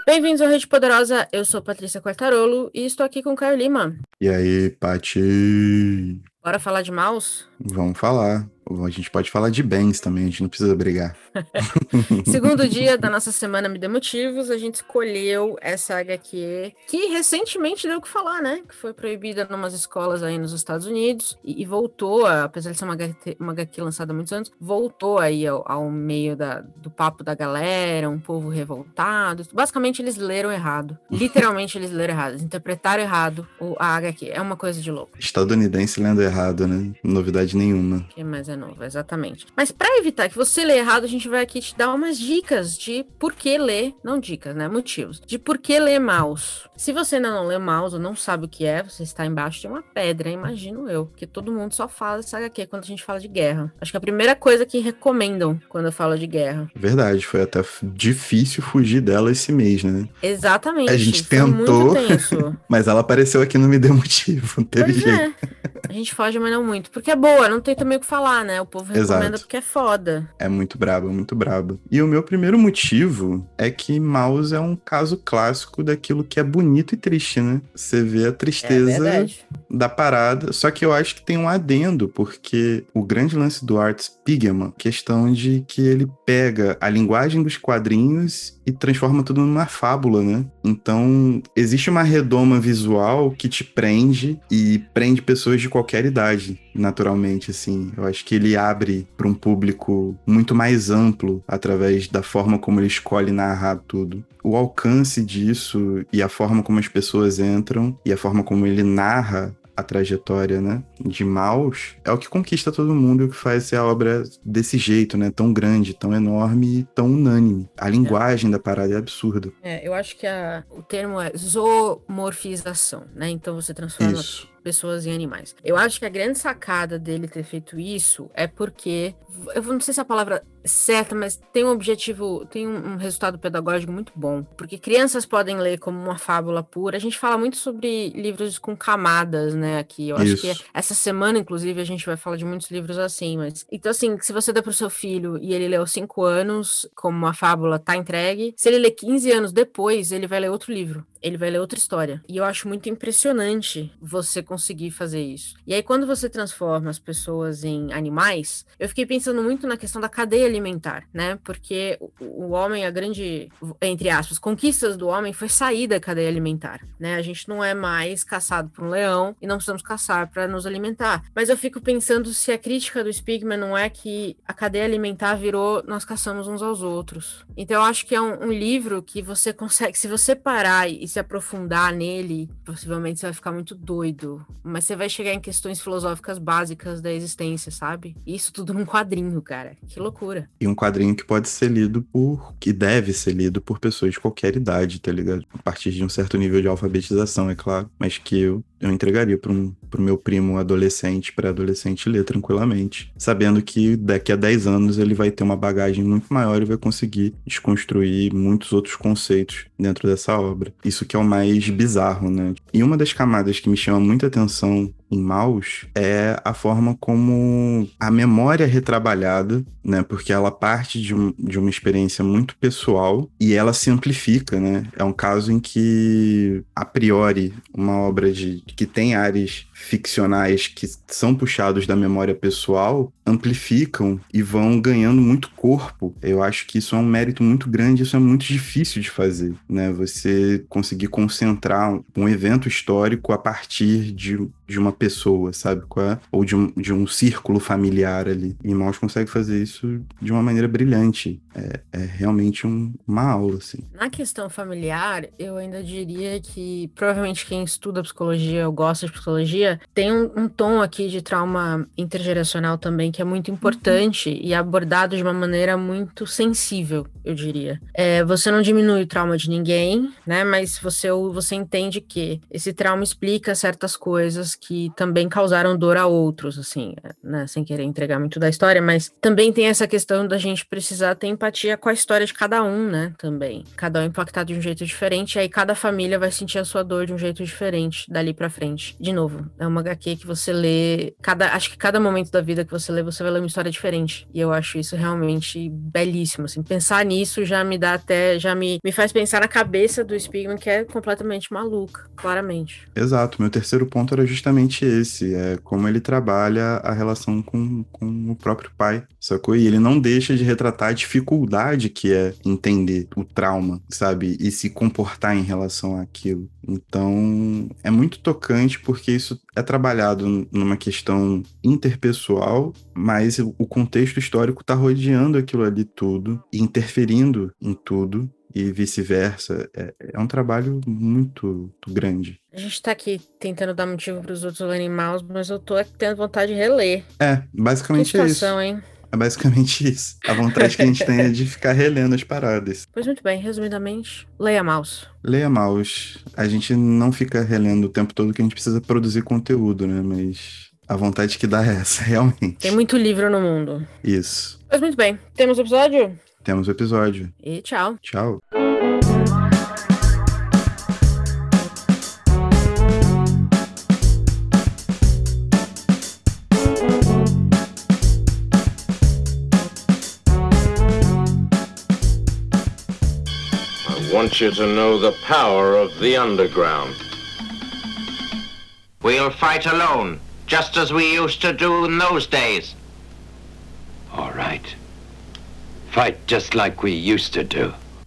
Bem-vindos ao Rede Poderosa, eu sou Patrícia Quartarolo e estou aqui com o Caio Lima. E aí, Pati, Bora falar de mouse? vamos falar. A gente pode falar de bens também, a gente não precisa brigar. Segundo dia da nossa semana Me Dê Motivos, a gente escolheu essa HQ que recentemente deu o que falar, né? Que foi proibida em umas escolas aí nos Estados Unidos e voltou, apesar de ser uma HQ lançada há muitos anos, voltou aí ao meio do papo da galera, um povo revoltado. Basicamente, eles leram errado. Literalmente, eles leram errado. Eles interpretaram errado a HQ. É uma coisa de louco. Estadunidense lendo errado, né? Novidade nenhuma. Que mais é novo, exatamente. Mas para evitar que você lê errado, a gente vai aqui te dar umas dicas de por que ler, não dicas, né? Motivos. De por que ler mouse. Se você ainda não lê mouse ou não sabe o que é, você está embaixo de uma pedra, imagino eu. Porque todo mundo só fala essa HQ quando a gente fala de guerra. Acho que é a primeira coisa que recomendam quando eu falo de guerra. Verdade, foi até difícil fugir dela esse mês, né? A Exatamente, gente foi muito tentou, tenso. mas ela apareceu aqui e não me deu motivo, não teve Pois jeito. é. A gente foge, mas não muito. Porque é boa, não tem também o que falar, né? O povo recomenda Exato. porque é foda. É muito braba, muito braba. E o meu primeiro motivo é que Mouse é um caso clássico daquilo que é bonito e triste, né? Você vê a É tristeza verdade. da parada, só que eu acho que tem um adendo, porque o grande lance do Art Spiegelman, questão de que ele pega a linguagem dos quadrinhos e transforma tudo numa fábula, né? Então, existe uma redoma visual que te prende e prende pessoas de qualquer idade, naturalmente, assim. Eu acho que ele abre para um público muito mais amplo através da forma como ele escolhe narrar tudo. O alcance disso e a forma como as pessoas entram e a forma como ele narra a trajetória, né, de Maus é o que conquista todo mundo e o que faz ser a obra desse jeito, né, tão grande, tão enorme e tão unânime. A É. linguagem da parada é absurda. Eu acho que o termo é zoomorfização, né? Então você transforma Isso, pessoas em animais. Eu acho que a grande sacada dele ter feito isso é porque, eu não sei se é a palavra certa, mas tem um objetivo, tem um resultado pedagógico muito bom. Porque crianças podem ler como uma fábula pura. A gente fala muito sobre livros com camadas, né? Aqui. Eu acho que isso. essa semana, inclusive, a gente vai falar de muitos livros assim. Mas então, assim, se você der pro seu filho e ele leu 5 anos, como uma fábula, tá entregue. Se ele ler 15 anos depois, ele vai ler outro livro. Ele vai ler outra história. E eu acho muito impressionante você conseguir fazer isso. E aí, quando você transforma as pessoas em animais, eu fiquei pensando muito na questão da cadeia alimentar, né? Porque o homem, a grande, entre aspas, conquistas do homem foi sair da cadeia alimentar, né? A gente não é mais caçado por um leão e não precisamos caçar para nos alimentar. Mas eu fico pensando se a crítica do Spiegelman não é que a cadeia alimentar virou nós caçamos uns aos outros. Então eu acho que é um livro que você consegue, se você parar e se aprofundar nele, possivelmente você vai ficar muito doido, mas você vai chegar em questões filosóficas básicas da existência, sabe? Isso tudo num quadrinho, cara. Que loucura. E um quadrinho que pode ser lido que deve ser lido por pessoas de qualquer idade, tá ligado? A partir de um certo nível de alfabetização, é claro. Mas que eu entregaria pro meu primo adolescente, pré-adolescente, ler tranquilamente. Sabendo que daqui a 10 anos ele vai ter uma bagagem muito maior e vai conseguir desconstruir muitos outros conceitos dentro dessa obra. Isso que é o mais bizarro, né? E uma das camadas que me chama muita atenção em Maus é a forma como a memória é retrabalhada, né? Porque ela parte de uma experiência muito pessoal e ela se amplifica, né? É um caso em que, a priori, uma obra que tem áreas ficcionais que são puxados da memória pessoal amplificam e vão ganhando muito corpo. Eu acho que isso é um mérito muito grande, isso é muito difícil de fazer, né? Você conseguir concentrar um evento histórico a partir de uma pessoa, sabe qual é? Ou de um círculo familiar ali. E Maus consegue fazer isso de uma maneira brilhante. É realmente uma aula, assim. Na questão familiar, eu ainda diria que provavelmente quem estuda psicologia ou gosta de psicologia tem um tom aqui de trauma intergeracional também que é muito importante e abordado de uma maneira muito sensível, eu diria. Você não diminui o trauma de ninguém, né? Mas você entende que esse trauma explica certas coisas que também causaram dor a outros, assim, né? Sem querer entregar muito da história, mas também tem essa questão da gente precisar ter empatia com a história de cada um, né, também. Cada um impactado de um jeito diferente, e aí cada família vai sentir a sua dor de um jeito diferente dali pra frente. De novo, é uma HQ que você lê, acho que cada momento da vida que você lê, você vai ler uma história diferente. E eu acho isso realmente belíssimo, assim. Pensar nisso já me dá até, já me faz pensar na cabeça do Spiegelman, que é completamente maluca, claramente. Exato, meu terceiro ponto era justamente esse, é como ele trabalha a relação com o próprio pai, sacou? E ele não deixa de retratar a dificuldade que é entender o trauma, sabe? E se comportar em relação àquilo. Então, é muito tocante porque isso é trabalhado numa questão interpessoal, mas o contexto histórico tá rodeando aquilo ali tudo, e interferindo em tudo, e vice-versa. É um trabalho muito grande. A gente tá aqui tentando dar motivo pros outros lerem Maus, mas eu tô tendo vontade de reler. Basicamente Que é situação, isso. hein? É basicamente isso. A vontade que a gente tem é de ficar relendo as paradas. Pois muito bem, resumidamente, leia Maus. Leia Maus. A gente não fica relendo o tempo todo que a gente precisa produzir conteúdo, né? Mas a vontade que dá é essa, realmente. Tem muito livro no mundo. Isso. Pois muito bem, temos o episódio? Temos o episódio. E tchau. Tchau. I want you to know the power of the underground. We'll fight alone, just as we used to do in those days. All right. Fight just like we used to do.